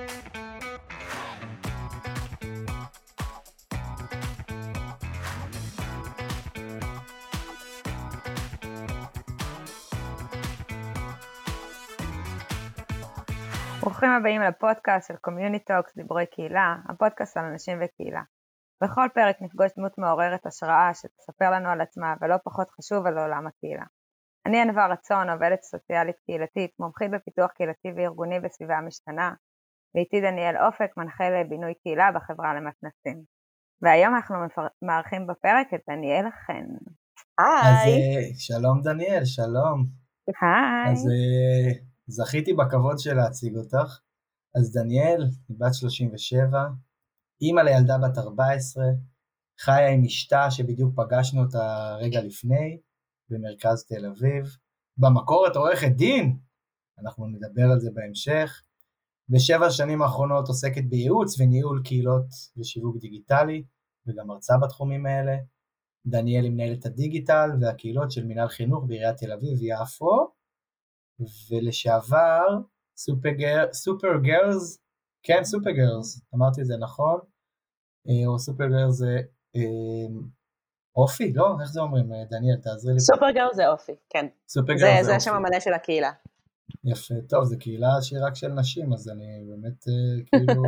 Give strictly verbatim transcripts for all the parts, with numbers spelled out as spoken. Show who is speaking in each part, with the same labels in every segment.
Speaker 1: ברוכים הבאים לפודקאסט של Community Talks, דיבורי קהילה, הפודקאסט על אנשים וקהילה. בכל פרק נפגוש דמות מעוררת השראה שתספר לנו על עצמה ולא פחות חשוב על עולם הקהילה. אני ענווה רצון, עובדת סוציאלית קהילתית, מומחית בפיתוח קהילתי וארגוני בסביבה משתנה, ואיתי דניאל אופק, מנחה לבינוי קהילה בחברה למתנ"סים. והיום אנחנו מארחים בפרק את דניאל חן.
Speaker 2: היי. אז שלום דניאל, שלום.
Speaker 1: היי.
Speaker 2: אז זכיתי בכבוד של להציג אותך. אז דניאל, היא בת שלושים ושבע, אימא לילדה בת ארבע עשרה, חיה עם אשתה שבדיוק פגשנו אותה רגע לפני, במרכז תל אביב. במקור את עורכת דין, אנחנו נדבר על זה בהמשך. בשבע שנים האחרונות עוסקת בייעוץ וניהול קהילות ושיווק דיגיטלי, וגם הרצאה בתחומים האלה. דניאל היא מנהלת הדיגיטל והקהילות של מנהל חינוך בעיריית תל אביב יפו, ולשעבר סופר גר, סופר גרלס, כן סופר גרלס, אמרתי זה נכון, או סופר גרלס זה אופי, לא? איך זה אומרים? דניאל, תעזרי לי.
Speaker 3: סופר גרלס זה אופי, כן.
Speaker 2: סופר גרלס
Speaker 3: זה,
Speaker 2: זה,
Speaker 3: זה
Speaker 2: זה
Speaker 3: השם המלא של הקהילה.
Speaker 2: יפה, טוב, זה קהילה שהיא רק של נשים, אז אני באמת כאילו,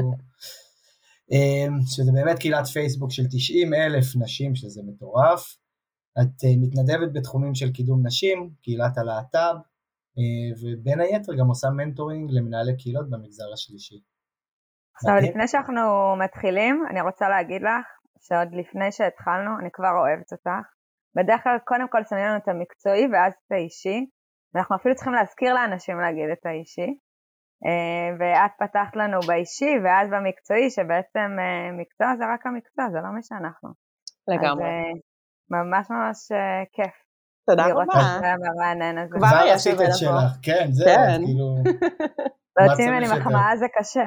Speaker 2: שזה באמת קהילת פייסבוק של תשעים אלף נשים, שזה מטורף. את מתנדבת בתחומים של קידום נשים, קהילת הלהט"ב, ובין היתר גם עושה מנטורינג למנהלי קהילות במגזר השלישי.
Speaker 1: עכשיו, לפני שאנחנו מתחילים, אני רוצה להגיד לך שעוד לפני שהתחלנו, אני כבר אוהבת אותך. בדרך כלל קודם כל שמים לנו את המקצועי ואז את האישי, ואנחנו אפילו צריכים להזכיר לאנשים להגיד את האישי, ואת פתחת לנו באישי ואז במקצועי, שבעצם מקצוע זה רק המקצוע, זה לא מה שאנחנו.
Speaker 3: לגמרי.
Speaker 1: אז ממש ממש כיף.
Speaker 3: תודה רבה.
Speaker 2: כבר עשית את שלך, כן, זהו, כאילו...
Speaker 1: רוצים ממני מחמאה זה קשה.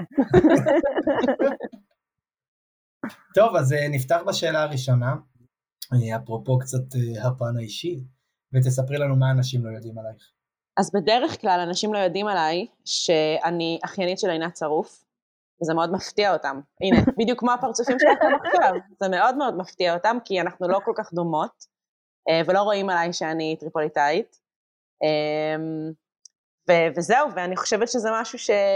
Speaker 2: טוב, אז נפתח בשאלה הראשונה, אפרופו קצת הפן האישי, ותספרי לנו מה אנשים לא יודעים עלייך.
Speaker 3: אז בדרך כלל אנשים לא יודעים עליי שאני אחיינית של עינת צרוף, וזה מאוד מפתיע אותם. הנה, בדיוק כמו הפרצופים שלכם עכשיו, זה מאוד מאוד מפתיע אותם, כי אנחנו לא כל כך דומות, ולא רואים עליי שאני טריפוליטאית, ו- וזהו, ואני חושבת שזה משהו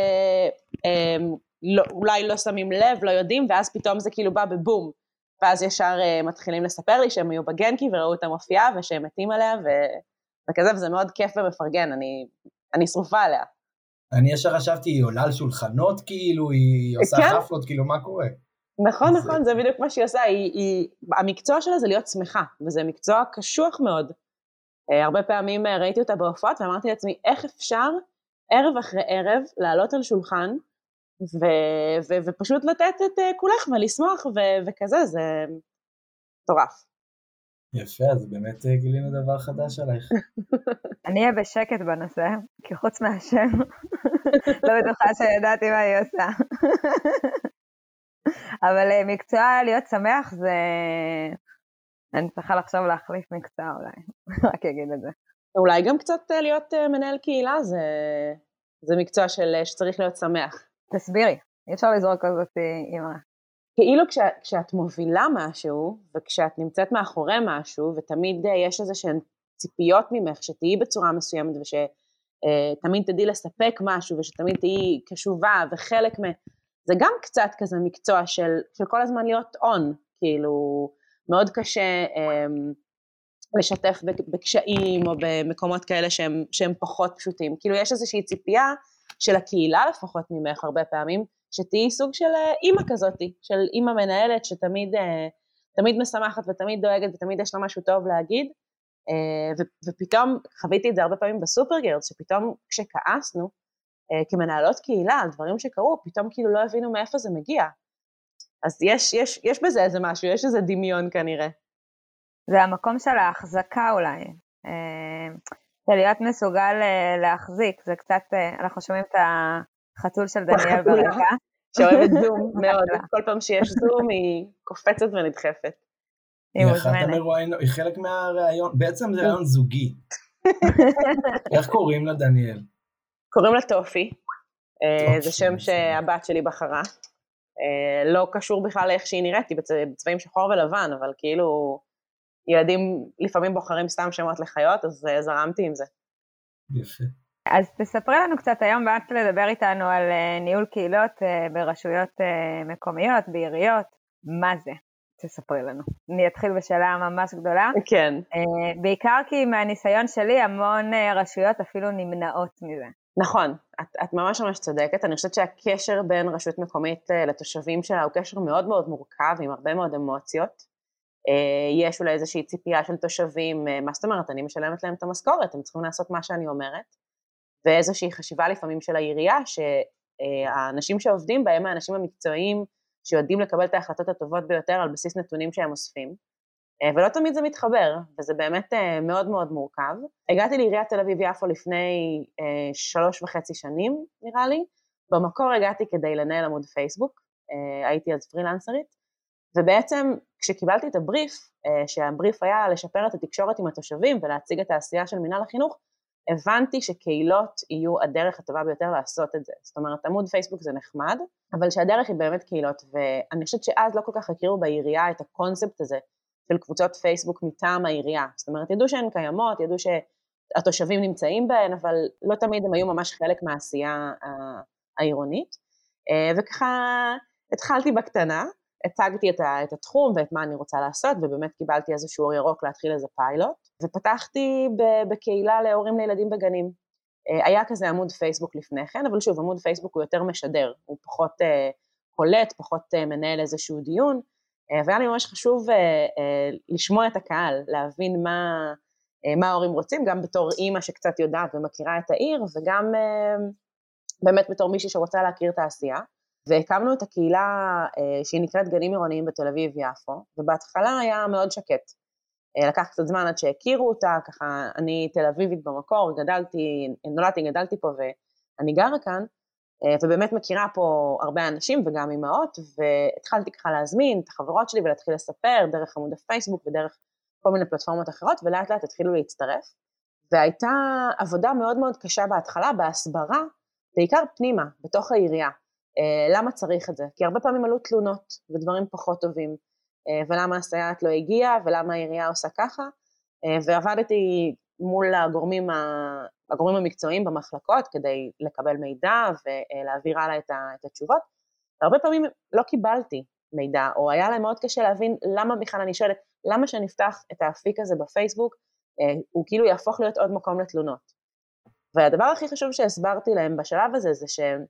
Speaker 3: שאולי לא שמים לב, לא יודעים, ואז פתאום זה כאילו בא בבום, ואז ישר מתחילים לספר לי שהם היו בגנקי וראו את המופיעה, ושהם מתים עליה, ו- וכזה, וזה מאוד כיף ומפרגן, אני, אני שרופה עליה.
Speaker 2: אני ישר חשבתי, היא עולה על שולחנות כאילו, היא עושה
Speaker 3: כן?
Speaker 2: חפלות, כאילו מה קורה?
Speaker 3: נכון, זה... נכון, זה בדיוק מה שהיא עושה, היא, היא, המקצוע שלה זה להיות שמחה, וזה מקצוע קשוח מאוד. הרבה פעמים ראיתי אותה בהופעות, ואמרתי לעצמי, איך אפשר ערב אחרי ערב לעלות על שולחן, ו- ו- ופשוט לתת את כולך ולשמוח, ו- וכזה, זה טורף.
Speaker 2: יפה, אז באמת גילינו דבר חדש עלייך.
Speaker 1: אני אהיה בשקט בנושא, כי חוץ מהשם, לא בטוחה שידעתי מה היא עושה. אבל מקצוע להיות שמח זה... אני צריכה לחשוב להחליף מקצוע אולי, רק אגיד את זה.
Speaker 3: אולי גם קצת להיות מנהל קהילה, זה, זה מקצוע של, שצריך להיות שמח.
Speaker 1: תסבירי, אי אפשר לזרוק כזאת אימא.
Speaker 3: כאילו כש, כשאת מובילה משהו, וכשאת נמצאת מאחורי משהו, ותמיד יש איזה שהן ציפיות ממך, שתהיי בצורה מסוימת, ושתמיד תדעי לספק משהו, ושתמיד תהיי קשובה, וחלק מ... זה גם קצת כזה מקצוע של, של כל הזמן להיות on, כאילו... מאוד קשה um, לשתף בקשיים או במקומות כאלה שהם, שהם פחות פשוטים. כאילו יש איזושהי ציפייה של הקהילה לפחות ממך הרבה פעמים, שתהי סוג של אימא כזאת, של אימא מנהלת שתמיד uh, תמיד משמחת ותמיד דואגת ותמיד יש לה משהו טוב להגיד, uh, ו- ופתאום חוויתי את זה הרבה פעמים בסופר גרלס, שפתאום כשכעסנו uh, כמנהלות קהילה על דברים שקרו, פתאום כאילו לא הבינו מאיפה זה מגיע. אז יש, יש, יש בזה איזה משהו, יש איזה דמיון כנראה.
Speaker 1: זה המקום של ההחזקה אולי. של להיות מסוגל להחזיק, זה קצת, אנחנו שומעים את החתול של דניאל ברקע.
Speaker 3: שאוהבת זום מאוד, כל פעם שיש זום היא קופצת ונדחפת.
Speaker 1: היא מוזמנת.
Speaker 2: היא חלק מהרעיון, בעצם זה רעיון זוגי. איך קוראים לה דניאל?
Speaker 3: קוראים לה טופי. זה שם שהבת שלי בחרה. לא קשור בכלל לאיך שהיא נראית, היא בצבעים שחור ולבן, אבל כאילו ילדים לפעמים בוחרים סתם שמות לחיות, אז זרמתי עם זה.
Speaker 2: יפה.
Speaker 1: אז תספרי לנו קצת, היום באת לדבר איתנו על ניהול קהילות ברשויות מקומיות, בעיריות, מה זה? תספרי לנו. אני אתחיל בשאלה ממש גדולה.
Speaker 3: כן.
Speaker 1: בעיקר כי מהניסיון שלי המון רשויות אפילו נמנעות מזה.
Speaker 3: נכון, את, את ממש ממש צודקת. אני חושבת שהקשר בין רשות מקומית לתושבים שלה הוא קשר מאוד מאוד מורכב, עם הרבה מאוד אמוציות. יש אולי איזושהי ציפייה של תושבים, מה זאת אומרת, אני משלמת להם את המשכורת, הם צריכים לעשות מה שאני אומרת, ואיזושהי חשיבה לפעמים של העירייה, שהאנשים שעובדים בהם, האנשים המקצועיים, שיודעים לקבל את ההחלטות הטובות ביותר על בסיס נתונים שהם אוספים, ולא תמיד זה מתחבר, וזה באמת מאוד מאוד מורכב. הגעתי לעיריית תל אביב יפו לפני שלוש וחצי שנים, נראה לי. במקור הגעתי כדי לנהל עמוד פייסבוק, הייתי אז פרילנסרית, ובעצם כשקיבלתי את הבריף, שהבריף היה לשפר את התקשורת עם התושבים ולהציג את העשייה של מינהל החינוך, הבנתי שקהילות יהיו הדרך הטובה ביותר לעשות את זה. זאת אומרת, עמוד פייסבוק זה נחמד, אבל שהדרך היא באמת קהילות, ואני חושבת שאז לא כל כך הכירו בעירייה את הקונספט הזה, של קבוצות פייסבוק מטעם העירייה. זאת אומרת, ידעו שהן קיימות, ידעו שהתושבים נמצאים בהן, אבל לא תמיד הם היו ממש חלק מהעשייה העירונית. וככה התחלתי בקטנה, הצגתי את, ה, את התחום ואת מה אני רוצה לעשות, ובאמת קיבלתי איזשהו אור ירוק להתחיל איזה פיילוט, ופתחתי ב, בקהילה להורים לילדים בגנים. היה כזה עמוד פייסבוק לפני כן, אבל שוב, עמוד פייסבוק הוא יותר משדר, הוא פחות קולט, פחות מנהל איזשהו דיון, והיה לי ממש חשוב לשמוע את הקהל, להבין מה, מה ההורים רוצים, גם בתור אימא שקצת יודעת ומכירה את העיר, וגם באמת בתור מישהי שרוצה להכיר את העשייה. והקמנו את הקהילה שהיא נקראת גנים עירוניים בתל אביב יפו, ובהתחלה היה מאוד שקט. לקח קצת זמן עד שהכירו אותה, ככה אני תל אביבית במקור, גדלתי, נולדתי, גדלתי פה ואני גרה כאן, ובאמת מכירה פה הרבה אנשים וגם אמהות, והתחלתי ככה להזמין את החברות שלי ולהתחיל לספר דרך עמוד הפייסבוק ודרך כל מיני פלטפורמות אחרות, ולאט לאט התחילו להצטרף. והייתה עבודה מאוד מאוד קשה בהתחלה, בהסברה, בעיקר פנימה, בתוך העירייה. למה צריך את זה? כי הרבה פעמים עלו תלונות ודברים פחות טובים, ולמה הסייעת לא הגיעה, ולמה העירייה עושה ככה, ועבדתי מול הגורמים, הגורמים המקצועיים במחלקות, כדי לקבל מידע ולהעביר הלאה את התשובות, והרבה פעמים לא קיבלתי מידע, או היה להם מאוד קשה להבין למה בכלל אני שואלת, למה שנפתח את האפיק הזה בפייסבוק, הוא כאילו יהפוך להיות עוד מקום לתלונות. והדבר הכי חשוב שהסברתי להם בשלב הזה, זה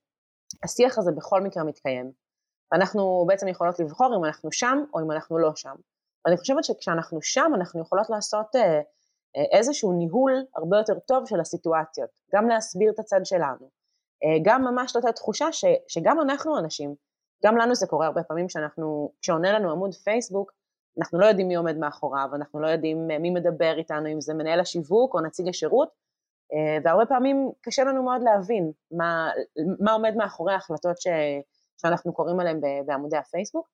Speaker 3: שהשיח הזה בכל מקרה מתקיים. ואנחנו בעצם יכולות לבחור אם אנחנו שם או אם אנחנו לא שם. ואני חושבת שכשאנחנו שם, אנחנו יכולות לעשות איזשהו ניהול הרבה יותר טוב של הסיטואציות, גם להסביר את הצד שלנו, גם ממש לתת תחושה ש, שגם אנחנו אנשים, גם לנו זה קורה הרבה פעמים שאנחנו, כשעונה לנו עמוד פייסבוק, אנחנו לא יודעים מי עומד מאחוריו, אנחנו לא יודעים מי מדבר איתנו, אם זה מנהל השיווק או נציג השירות, והרבה פעמים קשה לנו מאוד להבין מה, מה עומד מאחורי ההחלטות ש, שאנחנו קוראים עליהם בעמודי הפייסבוק,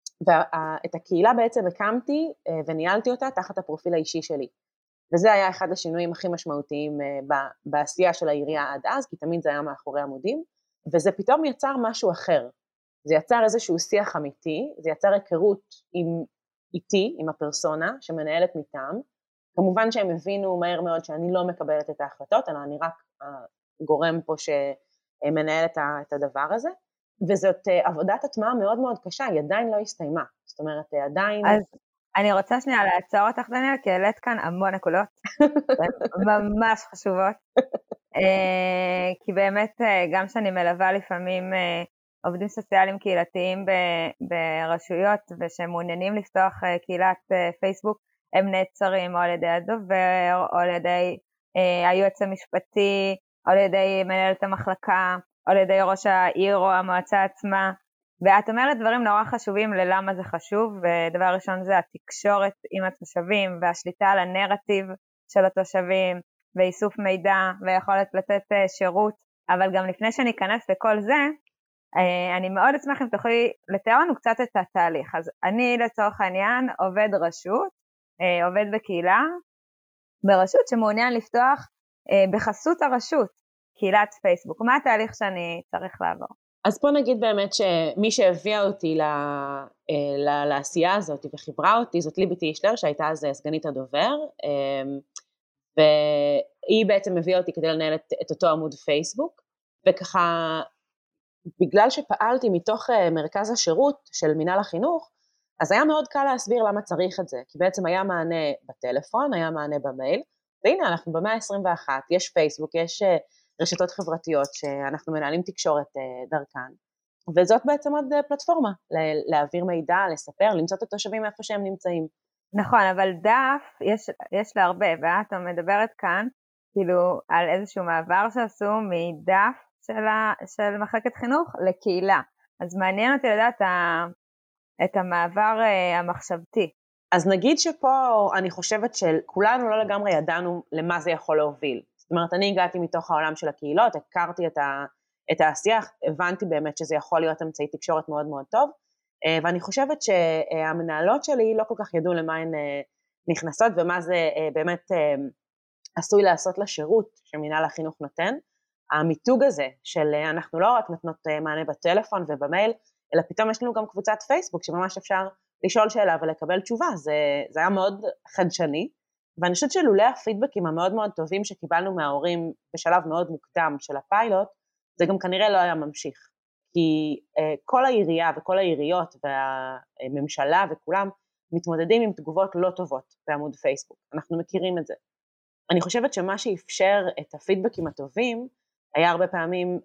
Speaker 3: ואת הקהילה בעצם הקמתי וניהלתי אותה תחת הפרופיל האישי שלי, וזה היה אחד השינויים הכי משמעותיים בעשייה של העירייה עד אז, כי תמיד זה היה מאחורי עמודים, וזה פתאום יצר משהו אחר, זה יצר איזשהו שיח אמיתי, זה יצר היכרות עם איתי, עם הפרסונה שמנהלת מטעם, כמובן שהם הבינו מהר מאוד שאני לא מקבלת את ההחלטות, אלא אני רק גורם פה שמנהל את הדבר הזה, וזאת עבודת הטמעה מאוד מאוד קשה, היא עדיין לא הסתיימה, זאת אומרת, עדיין...
Speaker 1: אז אני רוצה שנייה לעצור אותך, דניאל, כי העלית כאן המון נקודות, ממש חשובות, כי באמת גם שאני מלווה לפעמים עובדים סוציאליים קהילתיים ברשויות, ושהם מעוניינים לפתוח קהילת פייסבוק, הם נעצרים או על ידי הדובר, או על ידי היועץ המשפטי, או על ידי מנהלת המחלקה, או על ידי ראש העיר או המועצה עצמה, ואת אומרת דברים נורא חשובים ללמה זה חשוב, ודבר ראשון זה התקשורת עם התושבים, והשליטה על הנרטיב של התושבים, ואיסוף מידע, ויכולת לתת שירות, אבל גם לפני שאני אכנס לכל זה, אני מאוד אשמח אם תוכלי לתאר לנו קצת את התהליך. אז אני לצורך העניין עובד רשות, עובד בקהילה, ברשות שמעוניין לפתוח בחסות הרשות, קהילת פייסבוק? מה התהליך שאני צריך לעבור?
Speaker 3: אז פה נגיד באמת שמי שהביאה אותי לעשייה הזאת וחיברה אותי, זאת ליבי טישלר, שהייתה אז סגנית הדובר, והיא בעצם הביאה אותי כדי לנהל את, את אותו עמוד פייסבוק, וככה, בגלל שפעלתי מתוך מרכז השירות של מינהל החינוך, אז היה מאוד קל להסביר למה צריך את זה, כי בעצם היה מענה בטלפון, היה מענה במייל, והנה אנחנו במאה ה-עשרים ואחת, יש פייסבוק, יש רשתות חברתיות שאנחנו מנהלים תקשורת דרכן, וזאת בעצם עוד פלטפורמה, להעביר מידע, לספר, למצוא את התושבים איפה שהם נמצאים.
Speaker 1: נכון, אבל דף, יש, יש לה הרבה, ואת מדברת כאן, כאילו, על איזשהו מעבר שעשו מדף של, ה, של מחלקת חינוך לקהילה. אז מעניין אותי לדעת ה, את המעבר המחשבתי.
Speaker 3: אז נגיד שפה אני חושבת שכולנו לא לגמרי ידענו למה זה יכול להוביל. זאת אומרת, אני הגעתי מתוך העולם של הקהילות, הכרתי את, ה, את העשייה, הבנתי באמת שזה יכול להיות אמצעי תקשורת מאוד מאוד טוב, ואני חושבת שהמנהלות שלי לא כל כך ידעו למה הן נכנסות, ומה זה באמת עשוי לעשות לשירות שמנהל החינוך נותן. המיתוג הזה של אנחנו לא רק נותנות מענה בטלפון ובמייל, אלא פתאום יש לנו גם קבוצת פייסבוק, שממש אפשר לשאול שאלה ולקבל תשובה, זה, זה היה מאוד חדשני, ואני חושבת שלולא הפידבקים המאוד מאוד טובים שקיבלנו מההורים בשלב מאוד מוקדם של הפיילוט, זה גם כנראה לא היה ממשיך. כי uh, כל העירייה וכל העיריות והממשלה וכולם מתמודדים עם תגובות לא טובות בעמוד פייסבוק. אנחנו מכירים את זה. אני חושבת שמה שאפשר את הפידבקים הטובים, היה הרבה פעמים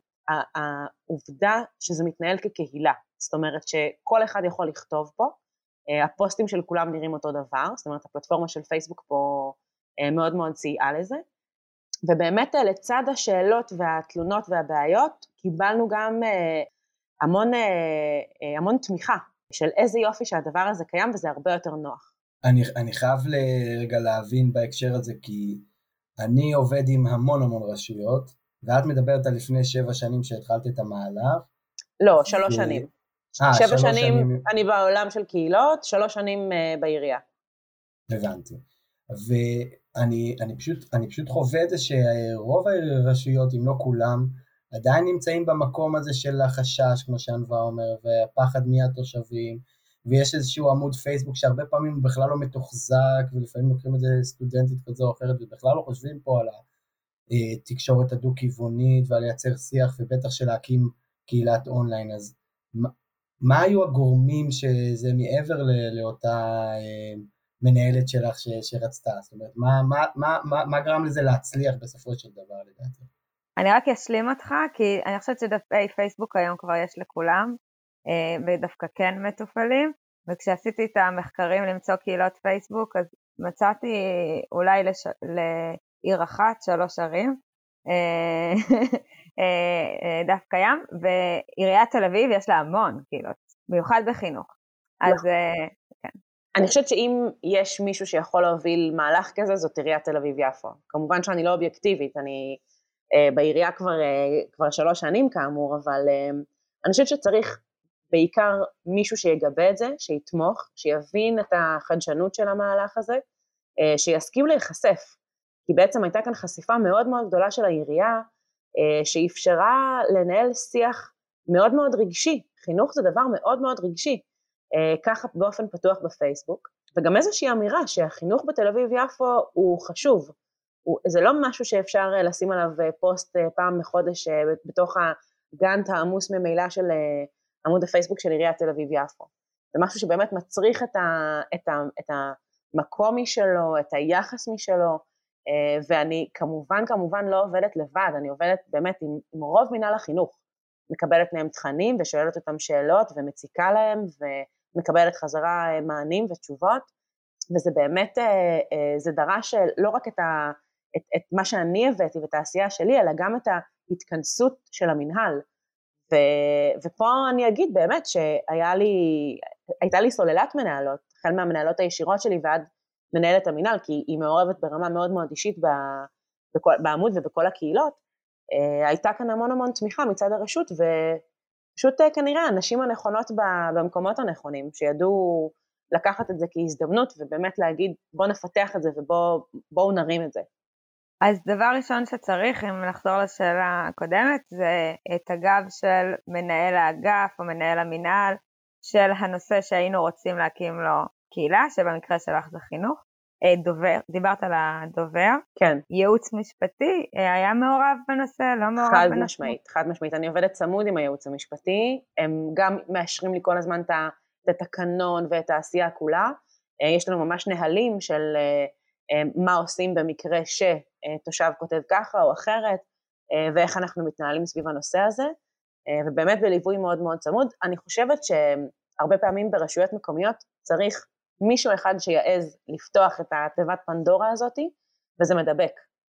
Speaker 3: העובדה שזה מתנהל כקהילה. זאת אומרת שכל אחד יכול לכתוב פה, uh, הפוסטים של כולם נראים אותו דבר, זאת אומרת הפלטפורמה של פייסבוק פה uh, מאוד מאוד סייעה לזה, ובאמת uh, לצד השאלות והתלונות והבעיות, קיבלנו גם uh, המון, המון תמיכה של איזה יופי שהדבר הזה קיים, וזה הרבה יותר נוח.
Speaker 2: אני, אני חייב לרגע להבין בהקשר הזה, כי אני עובד עם המון המון רשויות, ואת מדברת על לפני שבע שנים שהתחלת את המהלך.
Speaker 3: לא, שלוש ו... שנים.
Speaker 2: 아,
Speaker 3: שבע
Speaker 2: שלוש
Speaker 3: שנים,
Speaker 2: שנים
Speaker 3: אני בעולם של קהילות, שלוש שנים uh, בעירייה.
Speaker 2: הבנתי. ואני אני פשוט, אני פשוט חווה את זה שרוב הרשויות, אם לא כולם, עדיין נמצאים במקום הזה של החשש, כמו שענווה אומר, והפחד מהתושבים, ויש איזשהו עמוד פייסבוק שהרבה פעמים הוא בכלל לא מתוחזק, ולפעמים לוקחים את זה סטודנטית כזו או אחרת, ובכלל לא חושבים פה על התקשורת הדו-כיוונית, ועל לייצר שיח, ובטח של להקים קהילת אונליין. אז מה, מה היו הגורמים שזה מעבר לאותה מנהלת שלך ש, שרצתה? זאת אומרת, מה, מה, מה, מה, מה גרם לזה להצליח בסופו של דבר לדעתי?
Speaker 1: אני רק אשלים אותך, כי אני חושבת שדפי פייסבוק היום כבר יש לכולם, ודווקא כן מטופלים, וכשעשיתי את המחקרים למצוא קהילות פייסבוק, אז מצאתי אולי לש... לעיר אחת, שלוש ערים, דף קיים, ועיריית תל אביב יש לה המון קהילות, מיוחד בחינוך. אז כן.
Speaker 3: אני חושבת שאם יש מישהו שיכול להוביל מהלך כזה, זאת עיריית תל אביב יפו. כמובן שאני לא אובייקטיבית, אני... בעירייה כבר, כבר שלוש שנים כאמור, אבל אני חושבת שצריך בעיקר מישהו שיגבה את זה, שיתמוך, שיבין את החדשנות של המהלך הזה, שיסכים להיחשף, כי בעצם הייתה כאן חשיפה מאוד מאוד גדולה של העירייה, שאפשרה לנהל שיח מאוד מאוד רגשי, חינוך זה דבר מאוד מאוד רגשי, ככה באופן פתוח בפייסבוק, וגם איזושהי אמירה שהחינוך בתל אביב יפו הוא חשוב, זה לא משהו שאפשר לשים עליו פוסט פעם בחודש בתוך הגאנט העמוס ממילא של עמוד הפייסבוק של עיריית תל אביב יפו. זה משהו שבאמת מצריך את, ה, את, ה, את המקום משלו, את היחס משלו, ואני כמובן כמובן לא עובדת לבד, אני עובדת באמת עם, עם רוב מנהל החינוך, מקבלת מהם תכנים ושואלת אותם שאלות ומציקה להם ומקבלת חזרה מענים ותשובות, וזה באמת, זה דרש לא רק את ה... את, את מה שאני הבאתי ואת העשייה שלי, אלא גם את ההתכנסות של המנהל. ו, ופה אני אגיד באמת שהיה לי, הייתה לי סוללת מנהלות, החל מהמנהלות הישירות שלי ועד מנהלת המנהל, כי היא מעורבת ברמה מאוד מאוד אישית בכל, בעמוד ובכל הקהילות, הייתה כאן המון המון תמיכה מצד הרשות, ופשוט כנראה הנשים הנכונות במקומות הנכונים, שידעו לקחת את זה כהזדמנות, ובאמת להגיד בוא נפתח את זה ובואו נרים את זה.
Speaker 1: אז דבר ראשון שצריך, אם לחזור לשאלה הקודמת, זה את הגב של מנהל האגף או מנהל המנהל של הנושא שהיינו רוצים להקים לו קהילה, שבמקרה שלך זה חינוך. דובר, דיברת על הדובר.
Speaker 3: כן.
Speaker 1: ייעוץ משפטי, היה מעורב בנושא, לא מעורב
Speaker 3: חד
Speaker 1: בנושא?
Speaker 3: משמעית, חד משמעית. אני עובדת צמוד עם הייעוץ המשפטי, הם גם מאשרים לי כל הזמן את התקנון ואת העשייה כולה. יש לנו ממש נהלים של מה עושים במקרה שתושב כותב ככה או אחרת, ואיך אנחנו מתנהלים סביב הנושא הזה, ובאמת בליווי מאוד מאוד צמוד. אני חושבת שהרבה פעמים ברשויות מקומיות צריך מישהו אחד שיעז לפתוח את התיבת פנדורה הזאת, וזה מדבק.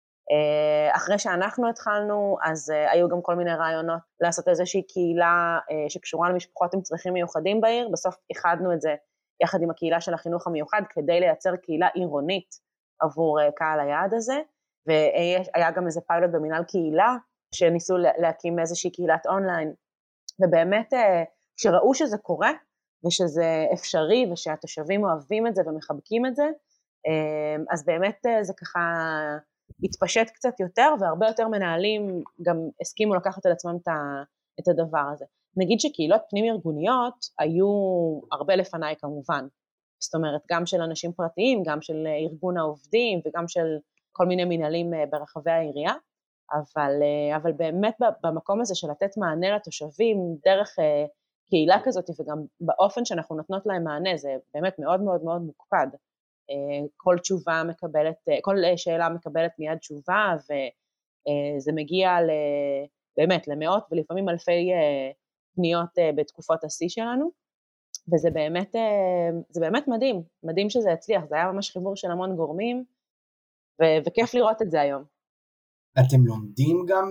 Speaker 3: אחרי שאנחנו התחלנו, אז היו גם כל מיני רעיונות לעשות איזושהי קהילה שקשורה למשפחות עם צרכים מיוחדים בעיר, בסוף איחדנו את זה יחד עם הקהילה של החינוך המיוחד, כדי לייצר קהילה עירונית עבור קהל היעד הזה, והיה גם איזה פיילוט במנהל קהילה, שניסו להקים איזושהי קהילת אונליין, ובאמת כשראו שזה קורה, ושזה אפשרי, ושהתושבים אוהבים את זה ומחבקים את זה, אז באמת זה ככה התפשט קצת יותר, והרבה יותר מנהלים גם הסכימו לקחת על עצמם את הדבר הזה. נגיד שקהילות פנים ארגוניות היו הרבה לפניי כמובן, זאת אומרת גם של אנשים פרטיים, גם של ארגון העובדים, וגם של כל מיני מנהלים ברחבי העירייה, אבל, אבל באמת במקום הזה של לתת מענה לתושבים דרך קהילה כזאת, וגם באופן שאנחנו נותנות להם מענה, זה באמת מאוד מאוד מאוד מוקפד. כל תשובה מקבלת, כל שאלה מקבלת מיד תשובה, וזה מגיע באמת למאות ולפעמים אלפי פניות בתקופות השיא שלנו, וזה באמת, זה באמת מדהים, מדהים שזה הצליח, זה היה ממש חיבור של המון גורמים, וכיף לראות את זה היום.
Speaker 2: אתם לומדים גם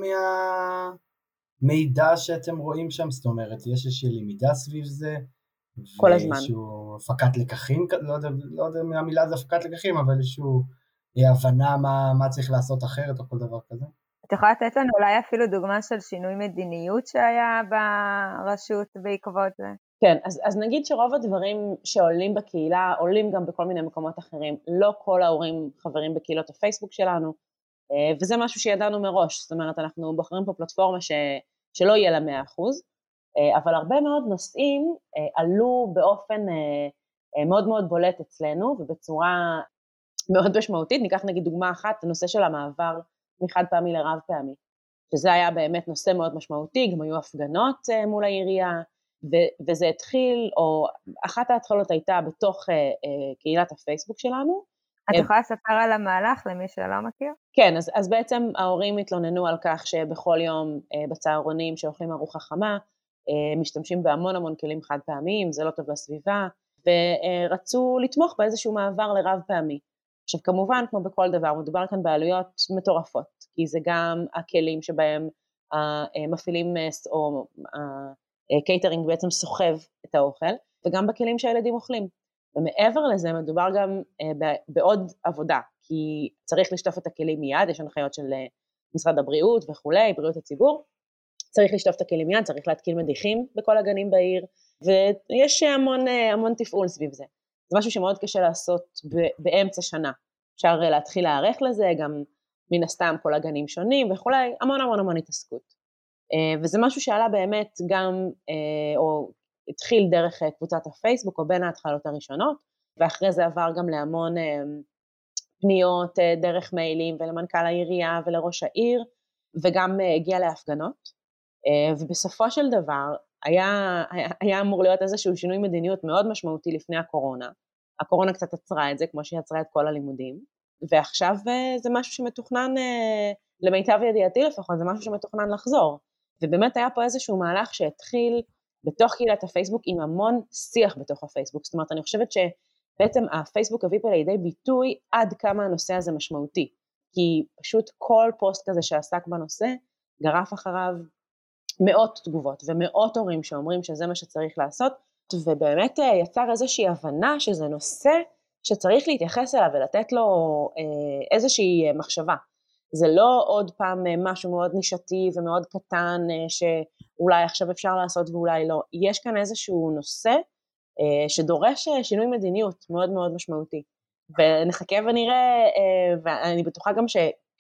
Speaker 2: מהמידע שאתם רואים שם, זאת אומרת, יש איזושהי למידה סביב זה,
Speaker 3: כל הזמן.
Speaker 2: ואיזשהו הפקת לקחים, לא יודע, לא יודע מהמילה זה הפקת לקחים, אבל איזשהו הבנה מה, מה צריך לעשות אחרת או כל דבר כזה.
Speaker 1: את יכולה לתת לנו אולי אפילו דוגמה של שינוי מדיניות שהיה ברשות בעקבות זה?
Speaker 3: כן, אז, אז נגיד שרוב הדברים שעולים בקהילה, עולים גם בכל מיני מקומות אחרים, לא כל ההורים חברים בקהילות הפייסבוק שלנו, וזה משהו שידענו מראש, זאת אומרת, אנחנו בוחרים פה פלטפורמה ש, שלא יהיה לה מאה אחוז, אבל הרבה מאוד נושאים עלו באופן מאוד מאוד בולט אצלנו, ובצורה מאוד משמעותית. ניקח נגיד דוגמה אחת, הנושא של המעבר מחד פעמי לרב פעמי, שזה היה באמת נושא מאוד משמעותי, גם היו הפגנות מול העירייה, ו- וזה התחיל, או אחת ההתחלות הייתה בתוך קהילת הפייסבוק שלנו.
Speaker 1: את יכולה לספר על המהלך למי שלא מכיר?
Speaker 3: כן, אז, אז בעצם ההורים התלוננו על כך שבכל יום בצהרונים שאוכלים ארוחה חמה, משתמשים בהמון המון כלים חד פעמיים, זה לא טוב לסביבה, ורצו לתמוך באיזשהו מעבר לרב פעמי. עכשיו כמובן, כמו בכל דבר, מדובר כאן בעלויות מטורפות, כי זה גם הכלים שבהם המפעילים או הקייטרינג בעצם סוחב את האוכל, וגם בכלים שהילדים אוכלים. ומעבר לזה מדובר גם בעוד עבודה, כי צריך לשטוף את הכלים מיד, יש הנחיות של משרד הבריאות וכולי, בריאות הציבור, צריך לשטוף את הכלים מיד, צריך להתקין מדיחים בכל הגנים בעיר, ויש המון, המון תפעול סביב זה. זה משהו שמאוד קשה לעשות באמצע שנה. אפשר להתחיל להערך לזה, גם מן הסתם כל הגנים שונים וכולי, המון המון המון התעסקות. וזה משהו שעלה באמת גם, או התחיל דרך קבוצת הפייסבוק, או בין ההתחלות הראשונות, ואחרי זה עבר גם להמון פניות דרך מיילים, ולמנכ"ל העירייה ולראש העיר, וגם הגיע להפגנות. ובסופו של דבר, היה, היה אמור להיות איזשהו שינוי מדיניות מאוד משמעותי לפני הקורונה. הקורונה קצת עצרה את זה, כמו שהיא עצרה את כל הלימודים, ועכשיו זה משהו שמתוכנן, למיטב ידיעתי לפחות, זה משהו שמתוכנן לחזור. ובאמת היה פה איזשהו מהלך שהתחיל בתוך קהילת הפייסבוק, עם המון שיח בתוך הפייסבוק. זאת אומרת, אני חושבת שבעצם הפייסבוק הביא פה לידי ביטוי עד כמה הנושא הזה משמעותי. כי פשוט כל פוסט כזה שעסק בנושא, גרף אחריו מאות תגובות ומאות הורים שאומרים שזה מה שצריך לעשות, ובאמת יצר איזושהי הבנה שזה נושא שצריך להתייחס אליו ולתת לו איזושהי מחשבה. זה לא עוד פעם משהו מאוד נישתי ומאוד קטן שאולי עכשיו אפשר לעשות ואולי לא. יש כאן איזשהו נושא שדורש שינוי מדיניות מאוד מאוד משמעותי. ונחכה ונראה, ואני בטוחה גם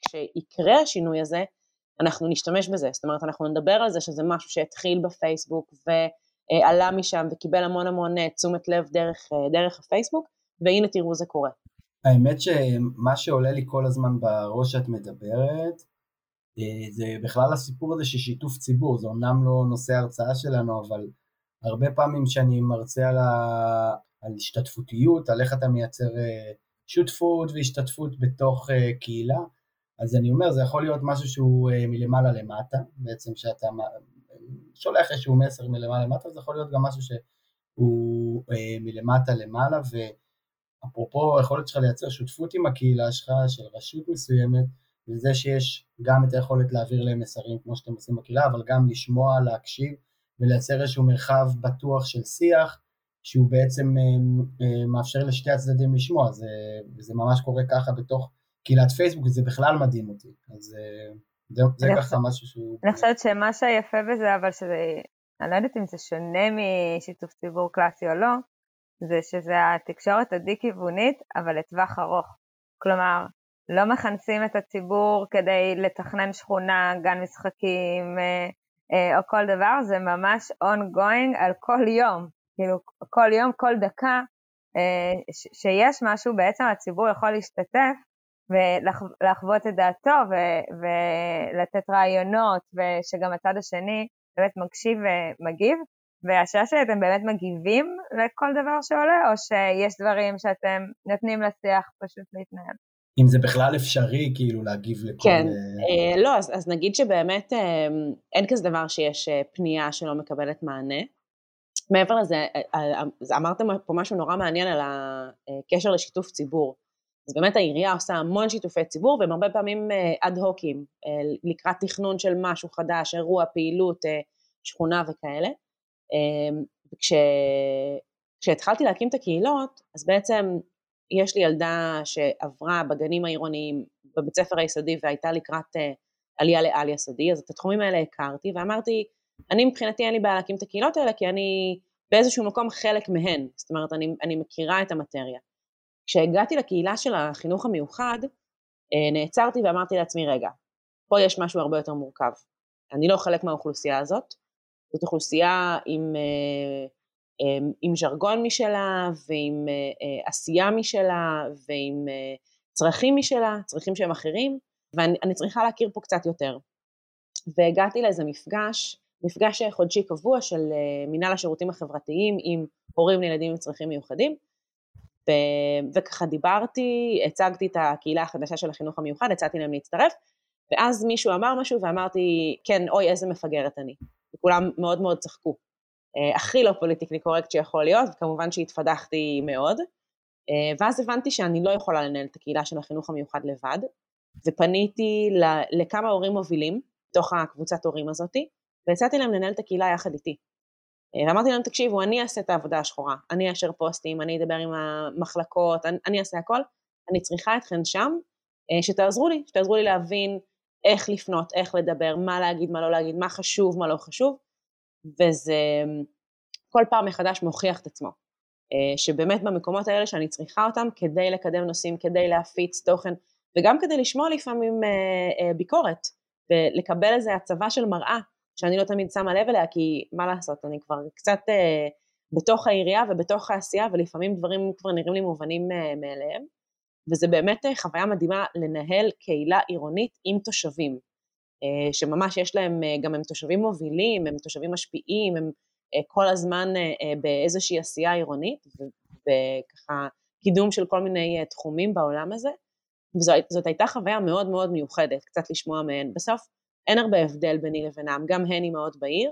Speaker 3: כשיקרה השינוי הזה, אנחנו נשתמש בזה, זאת אומרת, אנחנו נדבר על זה שזה משהו שהתחיל בפייסבוק, ועלה משם וקיבל המון המון תשומת לב דרך, דרך הפייסבוק, והנה תראו זה קורה.
Speaker 2: האמת שמה שעולה לי כל הזמן בראש שאת מדברת, זה בכלל הסיפור הזה ששיתוף ציבור, זה אומנם לא נושא הרצאה שלנו, אבל הרבה פעמים שאני מרצה על, ה... על השתתפותיות, על איך אתה מייצר שותפות והשתתפות בתוך קהילה, אז אני אומר, זה יכול להיות משהו שהוא מלמעלה למטה, בעצם שאתה שולח איזשהו מסר מלמעלה למטה, זה יכול להיות גם משהו שהוא מלמטה למעלה, ואפרופו היכולת שלך לייצר שותפות עם הקהילה שלך, של רשות מסוימת, וזה שיש גם את היכולת להעביר להם מסרים כמו שאתם עושים בקהילה, אבל גם לשמוע, להקשיב, ולייצר איזשהו מרחב בטוח של שיח, שהוא בעצם מאפשר לשתי הצדדים לשמוע, זה, וזה ממש קורה ככה בתוך קהילת פייסבוק, זה בכלל מדהים אותי, אז זה, זה ככה משהו שהוא...
Speaker 1: אני חושבת שמה שיפה בזה, אבל שזה, אני לא יודעת אם זה שונה משיתוף ציבור קלאסי או לא, זה שזה התקשורת הדו-כיוונית, אבל לטווח ארוך, כלומר, לא מכנסים את הציבור כדי לתכנן שכונה, גן משחקים, או כל דבר, זה ממש ongoing על כל יום, כאילו כל יום, כל דקה, שיש משהו, בעצם הציבור יכול להשתתף, ולחוות את דעתו, ולתת רעיונות, ושגם הצד השני באמת מקשיב ומגיב, והשאלה שאתם באמת מגיבים לכל דבר שעולה, או שיש דברים שאתם נותנים לשיח פשוט להתנהל?
Speaker 2: אם זה בכלל אפשרי, כאילו, להגיב לכל...
Speaker 3: כן, אה, לא, אז, אז נגיד שבאמת אה, אין כזה דבר שיש פנייה שלא מקבלת מענה. מעבר לזה, אה, אמרתם פה משהו נורא מעניין על הקשר לשיתוף ציבור. אז באמת העירייה עושה המון שיתופי ציבור, והם הרבה פעמים אד הוקים, אה, לקראת תכנון של משהו חדש, אירוע, פעילות, אה, שכונה וכאלה. אה, וכש, כשהתחלתי להקים את הקהילות, אז בעצם... יש לי ילדה שעברה בגנים העירוניים בבית ספר היסודי והייתה לקראת uh, עלייה לעל יסודי, אז את התחומים האלה הכרתי ואמרתי, אני מבחינתי אין לי בעיה להקים את הקהילות האלה, כי אני באיזשהו מקום חלק מהן, זאת אומרת אני, אני מכירה את המטריה. כשהגעתי לקהילה של החינוך המיוחד, uh, נעצרתי ואמרתי לעצמי, רגע, פה יש משהו הרבה יותר מורכב, אני לא חלק מהאוכלוסייה הזאת, זאת אוכלוסייה עם... Uh, עם ז'רגון משלה, ועם עשייה משלה, ועם צרכים משלה, צרכים שהם אחרים, ואני צריכה להכיר פה קצת יותר. והגעתי לאיזה מפגש, מפגש חודשי קבוע של מנהל השירותים החברתיים, עם הורים לילדים עם צרכים מיוחדים, וככה דיברתי, הצגתי את הקהילה החדשה של החינוך המיוחד, הצעתי להם להצטרף, ואז מישהו אמר משהו, ואמרתי, כן, אוי, איזה מפגרת אני. וכולם מאוד מאוד צחקו. הכי לא פוליטיקלי קורקט שיכול להיות, וכמובן שהתפדחתי מאוד, ואז הבנתי שאני לא יכולה לנהל את הקהילה של החינוך המיוחד לבד, ופניתי לכמה הורים מובילים, בתוך הקבוצת הורים הזאת, והצעתי להם לנהל את הקהילה יחד איתי. ואמרתי להם, תקשיבו, אני אעשה את העבודה השחורה, אני אשר פוסטים, אני אדבר עם המחלקות, אני, אני אעשה הכל, אני צריכה אתכן שם, שתעזרו לי, שתעזרו לי להבין איך לפנות, איך לדבר, מה להגיד, מה לא להגיד, מה חשוב, מה לא חשוב, וזה כל פעם מחדש מוכיח את עצמו, שבאמת במקומות האלה שאני צריכה אותם, כדי לקדם נושאים, כדי להפיץ תוכן, וגם כדי לשמוע לפעמים ביקורת, ולקבל איזה הצבה של מראה, שאני לא תמיד שמה לב אליה, כי מה לעשות, אני כבר קצת בתוך העירייה ובתוך העשייה, ולפעמים דברים כבר נראים לי מובנים מאליהם, וזה באמת חוויה מדהימה לנהל קהילה עירונית עם תושבים, שממש יש להם, גם הם תושבים מובילים, הם תושבים משפיעים, הם כל הזמן באיזושהי עשייה עירונית, וככה קידום של כל מיני תחומים בעולם הזה, וזאת הייתה חוויה מאוד מאוד מיוחדת, קצת לשמוע מהן. בסוף אין הרבה הבדל ביני לבינם, גם הן אימהות בעיר,